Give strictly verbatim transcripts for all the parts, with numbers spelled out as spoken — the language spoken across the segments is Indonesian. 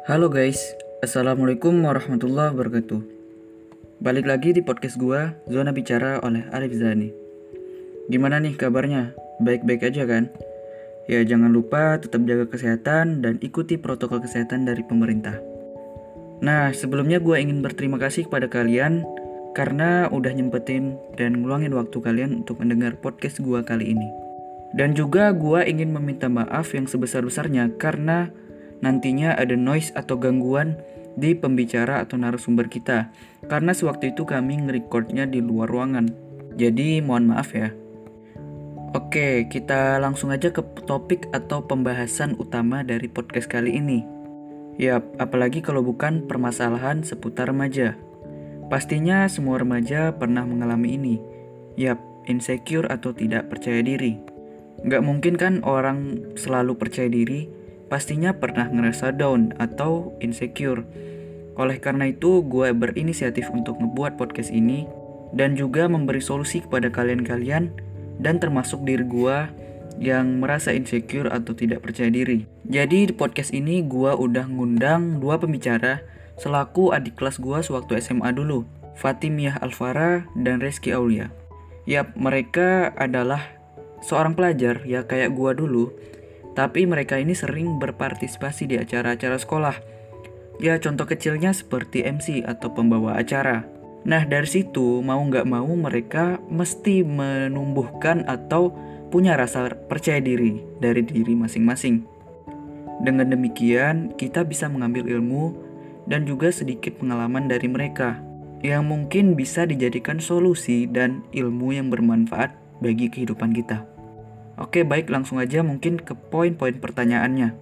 Halo guys, Assalamualaikum warahmatullahi wabarakatuh. Balik lagi di podcast gua, Zona Bicara oleh Arif Zani. Gimana nih kabarnya? Baik-baik aja kan? Ya jangan lupa tetap jaga kesehatan dan ikuti protokol kesehatan dari pemerintah. Nah sebelumnya gua ingin berterima kasih kepada kalian karena udah nyempetin dan ngeluangin waktu kalian untuk mendengar podcast gua kali ini. Dan juga gua ingin meminta maaf yang sebesar-besarnya karena nantinya ada noise atau gangguan di pembicara atau narasumber kita karena sewaktu itu kami nge-recordnya di luar ruangan. Jadi mohon maaf ya. Oke, kita langsung aja ke topik atau pembahasan utama dari podcast kali ini. Yap, apalagi kalau bukan permasalahan seputar remaja. Pastinya semua remaja pernah mengalami ini. Yap, insecure atau tidak percaya diri. Nggak mungkin kan orang selalu percaya diri, pastinya pernah ngerasa down atau insecure. Oleh karena itu, gue berinisiatif untuk ngebuat podcast ini dan juga memberi solusi kepada kalian-kalian dan termasuk diri gue yang merasa insecure atau tidak percaya diri. Jadi di podcast ini gue udah ngundang dua pembicara selaku adik kelas gue sewaktu S M A dulu, Fatimiyah Alfara dan Reski Aulia. Yap, mereka adalah seorang pelajar ya kayak gue dulu. Tapi mereka ini sering berpartisipasi di acara-acara sekolah. Ya contoh kecilnya seperti M C atau pembawa acara. Nah dari situ mau gak mau mereka mesti menumbuhkan atau punya rasa percaya diri dari diri masing-masing. Dengan demikian kita bisa mengambil ilmu dan juga sedikit pengalaman dari mereka yang mungkin bisa dijadikan solusi dan ilmu yang bermanfaat bagi kehidupan kita. Oke, baik langsung aja mungkin ke poin-poin pertanyaannya.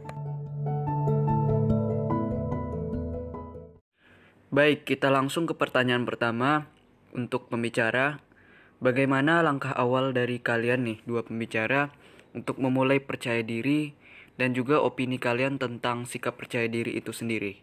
Baik, kita langsung ke pertanyaan pertama untuk pembicara. Bagaimana langkah awal dari kalian nih, dua pembicara, untuk memulai percaya diri dan juga opini kalian tentang sikap percaya diri itu sendiri?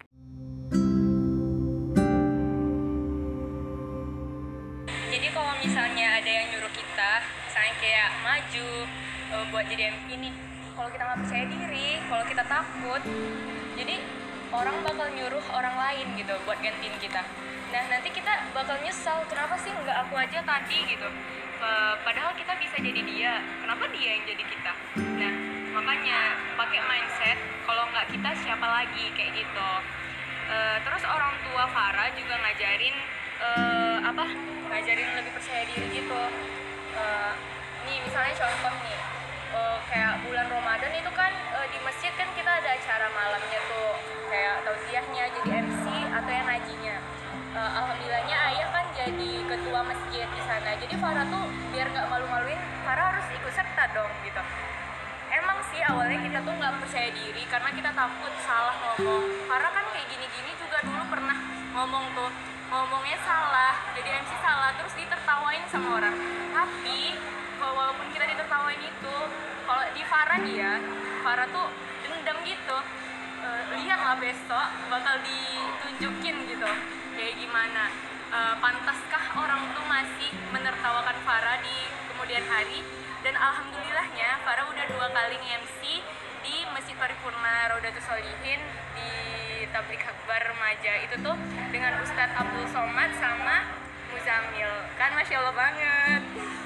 Jadi kalau misalnya ada yang nyuruh kita, misalnya kayak maju e, buat jadi M P nih, kalau kita nggak percaya diri, kalau kita takut, jadi orang bakal nyuruh orang lain gitu buat gantiin kita. Nah nanti kita bakal nyesal, kenapa sih nggak aku aja tadi gitu. E, padahal kita bisa jadi dia, kenapa dia yang jadi kita? Nah makanya pakai mindset, kalau nggak kita siapa lagi kayak gitu. E, terus orang tua Farah juga ngajarin e, apa? Ngajarin lebih percaya diri gitu. Uh, nih misalnya contoh nih uh, kayak bulan Ramadan itu kan uh, di masjid kan kita ada acara malamnya tuh kayak tausiahnya jadi M C atau yang ngajinya. Uh, alhamdulillahnya ayah kan jadi ketua masjid di sana, jadi Farah tuh biar nggak malu-maluin Farah harus ikut serta dong gitu. Emang sih awalnya kita tuh nggak percaya diri karena kita takut salah ngomong. Farah kan kayak gini-gini juga dulu pernah ngomong tuh, ngomongnya salah, jadi M C salah, terus ditertawain sama orang. Tapi walaupun kita ditertawain itu, kalau di Farah nih ya, Farah tuh dendam gitu. E, lihatlah besok bakal ditunjukin gitu kayak gimana. E, pantaskah orang tuh masih menertawakan Farah di kemudian hari? Dan alhamdulillahnya Farah udah dua kali nge-M C di Masjid Paripurna Raudatus Sholihin di Tablik Akbar Remaja itu tuh dengan Ustadz Abdul Somad sama Muzamil. Kan Masya Allah banget.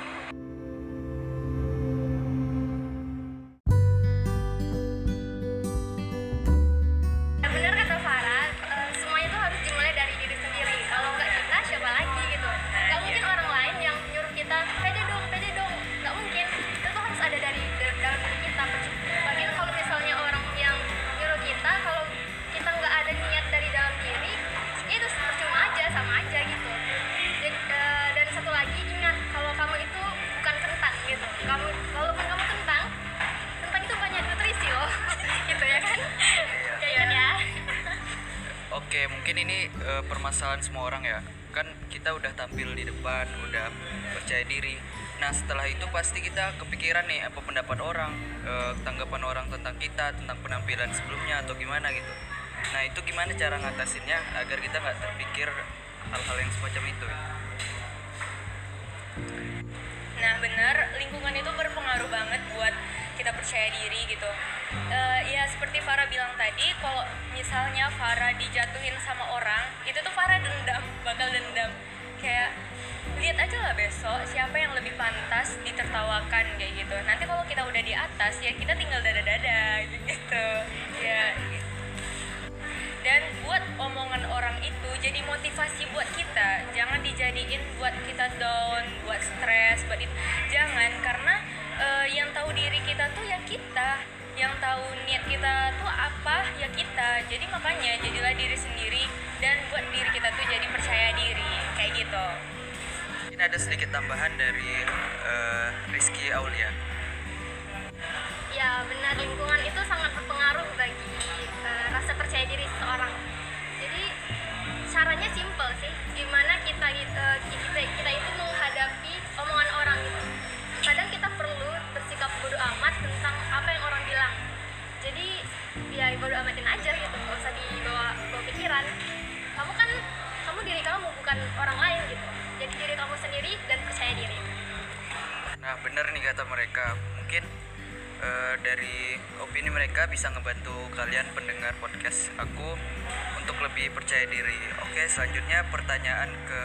Bener kata Farah, uh, semuanya tuh harus dimulai dari diri sendiri. Kalau nggak kita, siapa lagi gitu. Nggak mungkin orang lain yang nyuruh kita pede dong, pede dong. Nggak mungkin. Itu tuh harus ada dari dalam diri kita. Bagian kalau misalnya orang yang nyuruh kita, kalau kita nggak ada niat dari dalam diri, itu percuma aja, sama aja gitu. Dan, uh, dan satu lagi ingat, kalau kamu itu bukan kentang gitu. Kamu, walaupun kamu kentang, kentang itu banyak nutrisi loh, gitu ya kan? Kayak ya. Oke, mungkin ini uh, permasalahan semua orang ya. Kan kita udah tampil di depan, udah percaya diri. Nah setelah itu pasti kita kepikiran nih apa pendapat orang, uh, tanggapan orang tentang kita, tentang penampilan sebelumnya atau gimana gitu. Nah itu gimana cara ngatasinnya agar kita nggak terpikir hal-hal yang semacam itu ya? Nah benar, lingkungan itu berpengaruh banget buat kita percaya percaya diri gitu. Uh, ya seperti Farah bilang tadi, kalau misalnya Farah dijatuhin sama orang, itu tuh Farah dendam, bakal dendam. Kayak lihat aja lah besok siapa yang lebih pantas ditertawakan kayak gitu. Nanti kalau kita udah di atas ya kita tinggal dada-dada gitu. Ya. Dan buat omongan orang itu jadi motivasi buat kita. Jangan dijadiin buat kita down, buat stres, buat itu. Jangan, karena uh, yang tahu diri kita tuh ya kita, yang tahu niat kita tuh apa ya kita. Jadi makanya jadilah diri sendiri dan buat diri kita tuh jadi percaya diri kayak gitu. Ini ada sedikit tambahan dari uh, Rizky Aulia. Ya benar, lingkungan itu sangat berpengaruh bagi uh, rasa percaya diri seseorang. Jadi caranya simple sih, gimana kita uh, kita kita itu menghadapi omongan orang gitu. Kadang kita perlu bersikap bodo amat tentang apa yang orang bilang. Jadi ya bodo amatin aja gitu, nggak usah dibawa bawa pikiran. Kamu kan kamu diri kamu bukan orang lain gitu. Jadi diri kamu sendiri dan percaya diri. Nah benar nih kata mereka, mungkin uh, dari opini mereka bisa ngebantu kalian pendengar podcast aku untuk lebih percaya diri. Oke, selanjutnya pertanyaan ke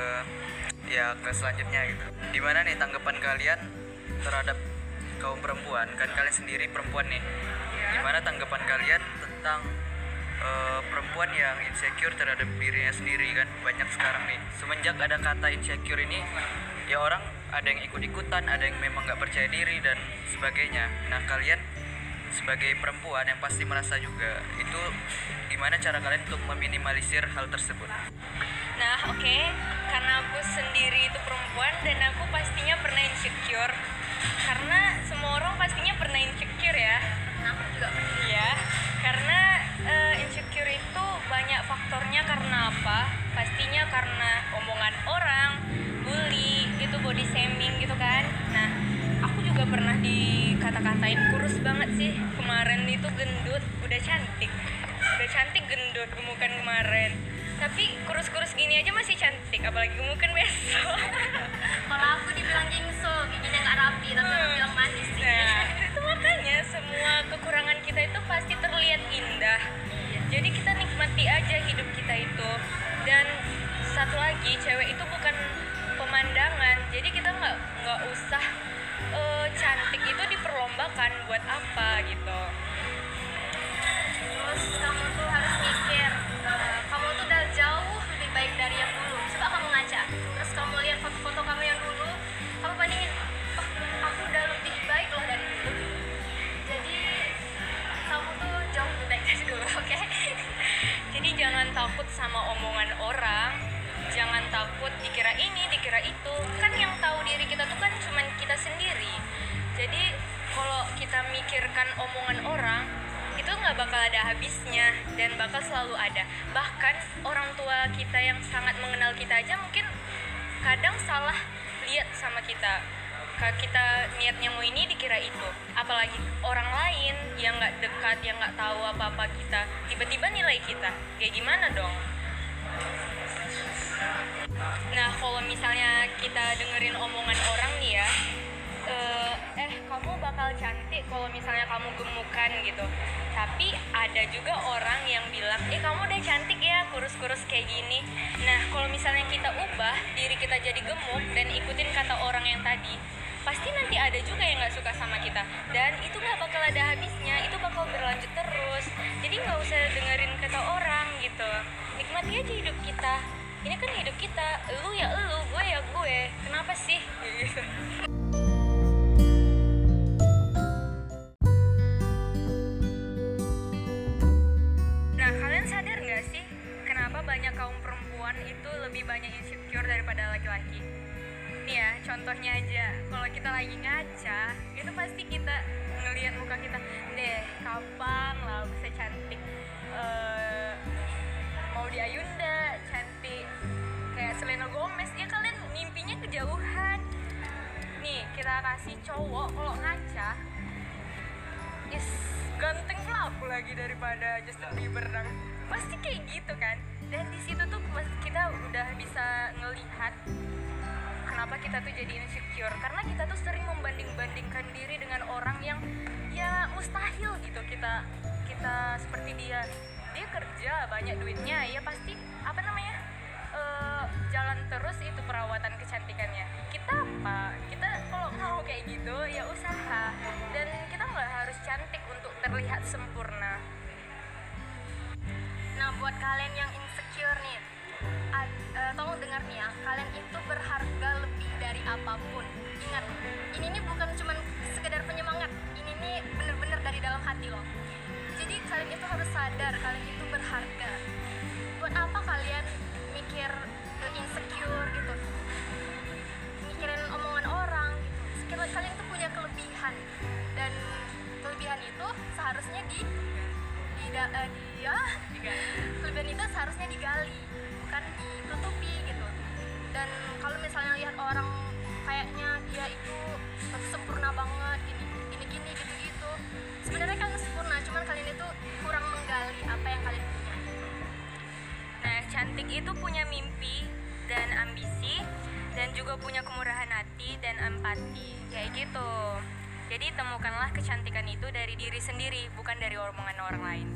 ya ke selanjutnya gitu. Gimana nih tanggapan kalian terhadap kaum perempuan? Kan kalian sendiri perempuan nih. Gimana tanggapan kalian tentang uh, perempuan yang insecure terhadap dirinya sendiri? Kan banyak sekarang nih. Semenjak ada kata insecure ini, ya orang ada yang ikut-ikutan, ada yang memang nggak percaya diri dan sebagainya. Nah kalian sebagai perempuan yang pasti merasa juga, itu gimana cara kalian untuk meminimalisir hal tersebut? Nah oke, okay. Karena aku sendiri itu perempuan dan aku pastinya pernah insecure. Karena semua orang pastinya pernah insecure ya. Aku juga pernah. Iya, karena uh, insecure itu banyak faktornya. Karena apa? Pastinya karena omongan orang, bully, itu body shaming gitu kan. Nah, aku juga pernah dikata-katain kurus banget sih. Kemarin itu gendut, udah cantik. Udah cantik gendut, gemukan kemarin. Tapi kurus-kurus gini aja masih cantik, apalagi gemukan besok. Kalau aku dibilang jingso, giginya nggak rapi, tapi orang bilang manis sih. Nah, itu makanya semua kekurangan kita itu pasti terlihat indah. Jadi kita nikmati aja hidup kita itu. Dan satu lagi, cewek itu bukan pemandangan. Jadi kita nggak nggak usah uh, cantik itu diperlombakan buat apa gitu. Terus kamu tuh harus mikir, uh, kamu tuh udah jauh lebih baik dari yang dulu. Coba kamu ngaca, terus kamu lihat foto-foto kamu yang dulu, kamu bandingin, oh aku udah lebih baik loh dari dulu. Jadi kamu tuh jauh lebih baik dari dulu, oke? Okay? Jadi jangan takut sama omongan orang, jangan takut dikira ini, dikira itu. Kan yang tahu diri kita tuh kan cuma kita sendiri. Jadi kalau kita mikirkan omongan orang, itu nggak bakal ada habisnya dan bakal selalu ada. Bahkan orang tua kita yang sangat mengenal kita aja mungkin kadang salah lihat sama kita. Kalau kita niatnya mau ini dikira itu. Apalagi orang lain yang nggak dekat, yang nggak tahu apa-apa kita, tiba-tiba nilai kita. Kayak gimana dong? Nah kalau misalnya kita dengerin omongan orang nih ya, uh, eh kamu bakal cantik kalau misalnya kamu gemukan gitu. Tapi ada juga orang yang bilang, eh kamu udah cantik ya kurus-kurus kayak gini. Nah kalau misalnya kita ubah diri kita jadi gemuk dan ikutin kata orang yang tadi, pasti nanti ada juga yang gak suka sama kita. Dan itu gak bakal ada habisnya, itu bakal berlanjut terus. Jadi gak usah dengerin kata orang gitu. Nikmati aja hidup kita. Ini kan hidup kita, lu ya lu, gue ya gue. Kenapa sih? Gitu. Nah, kalian sadar gak sih kenapa banyak kaum perempuan itu lebih banyak insecure daripada laki-laki? Nih ya, contohnya aja, kalau kita lagi ngaca, itu pasti kita ngelihat muka kita, deh, kapan lah bisa cantik, uh, mau di Ayunda, cantik kayak Selena Gomez, ya kalian mimpinya kejauhan. Nih, kita kasih cowok kalau ngaca, is ganteng pelaku lagi daripada Justin Bieber dong. Pasti kayak gitu kan. Dan di situ tuh kita udah bisa ngelihat kenapa kita tuh jadi insecure, karena kita tuh sering membanding-bandingkan diri dengan orang yang ya kita kita seperti dia. Dia kerja banyak duitnya, ya pasti apa namanya uh, jalan terus itu perawatan kecantikannya. Kita apa? Kita kalau mau kayak gitu ya usaha, dan kita nggak harus cantik untuk terlihat sempurna. Nah, buat kalian yang insecure nih, ad, uh, tolong dengar nih ya, kalian itu berharga lebih dari apapun. Ingat, ini nih bukan cuma sekedar penyemangat, ini nih bener-bener dari dalam hati loh. Jadi kalian itu harus sadar kalian itu berharga. Buat apa kalian mikir uh, insecure gitu, mikirin omongan orang gitu. Sekiranya kalian itu punya kelebihan, dan kelebihan itu seharusnya di di, uh, di ya, kelebihan itu seharusnya digali, bukan ditutupi gitu. Dan kalau misalnya lihat orang kayaknya dia itu sempurna banget, gini gini gini gitu gitu, sebenarnya kalian sempurna, cuman kalian itu kurang menggali apa yang kalian punya. Nah, cantik itu punya mimpi dan ambisi, dan juga punya kemurahan hati dan empati, kayak gitu. Jadi temukanlah kecantikan itu dari diri sendiri, bukan dari omongan orang lain.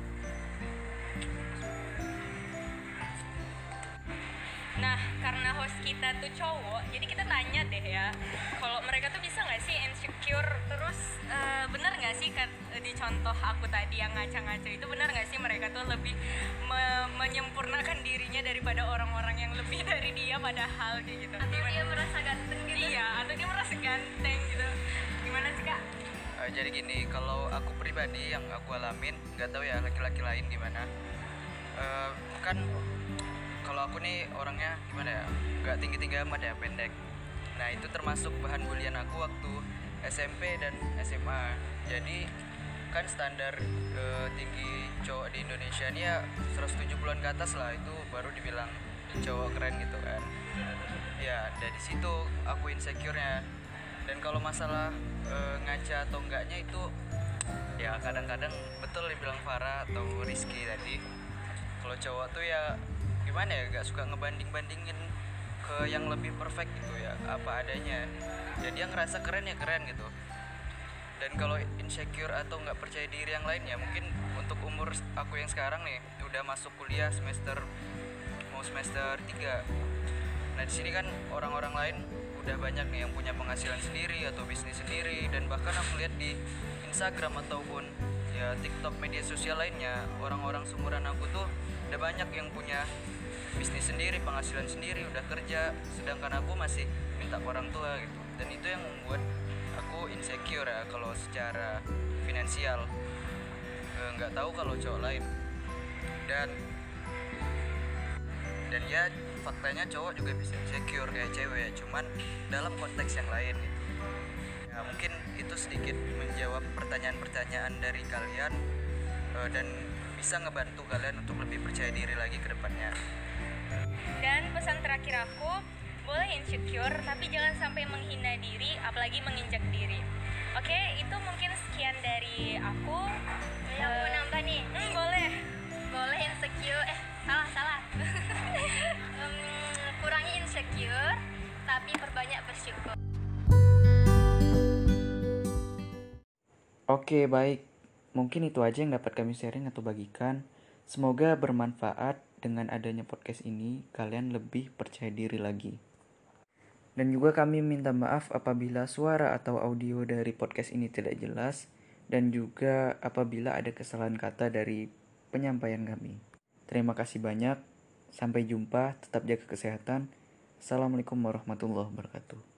Nah, karena host kita tuh cowok, jadi kita tanya deh ya, kalau mereka tuh bisa nggak sih insecure terus, uh, benar nggak sih kan di contoh aku tadi yang ngaca-ngaca itu, benar nggak sih mereka tuh lebih me- menyempurnakan dirinya daripada orang-orang yang lebih dari dia padahal kayak gitu. Atau Gimana? dia merasa ganteng gitu. Iya, atau dia merasa ganteng gitu. Gimana sih Kak? Uh, jadi gini, kalau aku pribadi yang aku alamin, nggak tahu ya laki-laki lain gimana. Uh, kan kalau aku nih orangnya gimana ya, nggak tinggi-tinggi amat ya, pendek. Nah itu termasuk bahan bulian aku waktu S M P dan S M A. Jadi kan standar uh, tinggi cowok di Indonesia ini ya seratus tujuh puluhan ke atas lah, itu baru dibilang cowok keren gitu kan. Ya dari situ aku insecure-nya. Dan kalau masalah uh, ngaca atau enggaknya itu ya kadang-kadang betul dibilang Farah atau Rizky tadi, kalau cowok tuh ya gimana ya, gak suka ngebanding-bandingin ke yang lebih perfect gitu ya, apa adanya. Jadi yang ngerasa keren ya keren gitu. Dan kalau insecure atau nggak percaya diri yang lainnya, mungkin untuk umur aku yang sekarang nih udah masuk kuliah semester mau semester tiga. Nah di sini kan orang-orang lain udah banyak nih yang punya penghasilan sendiri atau bisnis sendiri, dan bahkan aku lihat di Instagram ataupun ya TikTok, media sosial lainnya, orang-orang seumuran aku tuh udah banyak yang punya bisnis sendiri, penghasilan sendiri, udah kerja, sedangkan aku masih minta ke orang tua gitu. Dan itu yang membuat aku insecure ya kalau secara finansial. Nggak e, tahu kalau cowok lain. Dan dan ya faktanya cowok juga bisa insecure kayak cewek, cuman dalam konteks yang lain gitu. Ya, mungkin itu sedikit menjawab pertanyaan-pertanyaan dari kalian, e, dan bisa ngebantu kalian untuk lebih percaya diri lagi ke depannya. Dan pesan terakhir aku, boleh insecure tapi jangan sampai menghina diri, apalagi menginjak diri. Oke, itu mungkin sekian dari aku. Yang uh, mau nambah nih? Hmm, boleh. Boleh insecure, eh salah salah. um, kurangi insecure, tapi perbanyak bersyukur. Oke, baik. Mungkin itu aja yang dapat kami sharing atau bagikan. Semoga bermanfaat. Dengan adanya podcast ini, kalian lebih percaya diri lagi. Dan juga kami minta maaf apabila suara atau audio dari podcast ini tidak jelas, dan juga apabila ada kesalahan kata dari penyampaian kami. Terima kasih banyak. Sampai jumpa. Tetap jaga kesehatan. Assalamualaikum warahmatullahi wabarakatuh.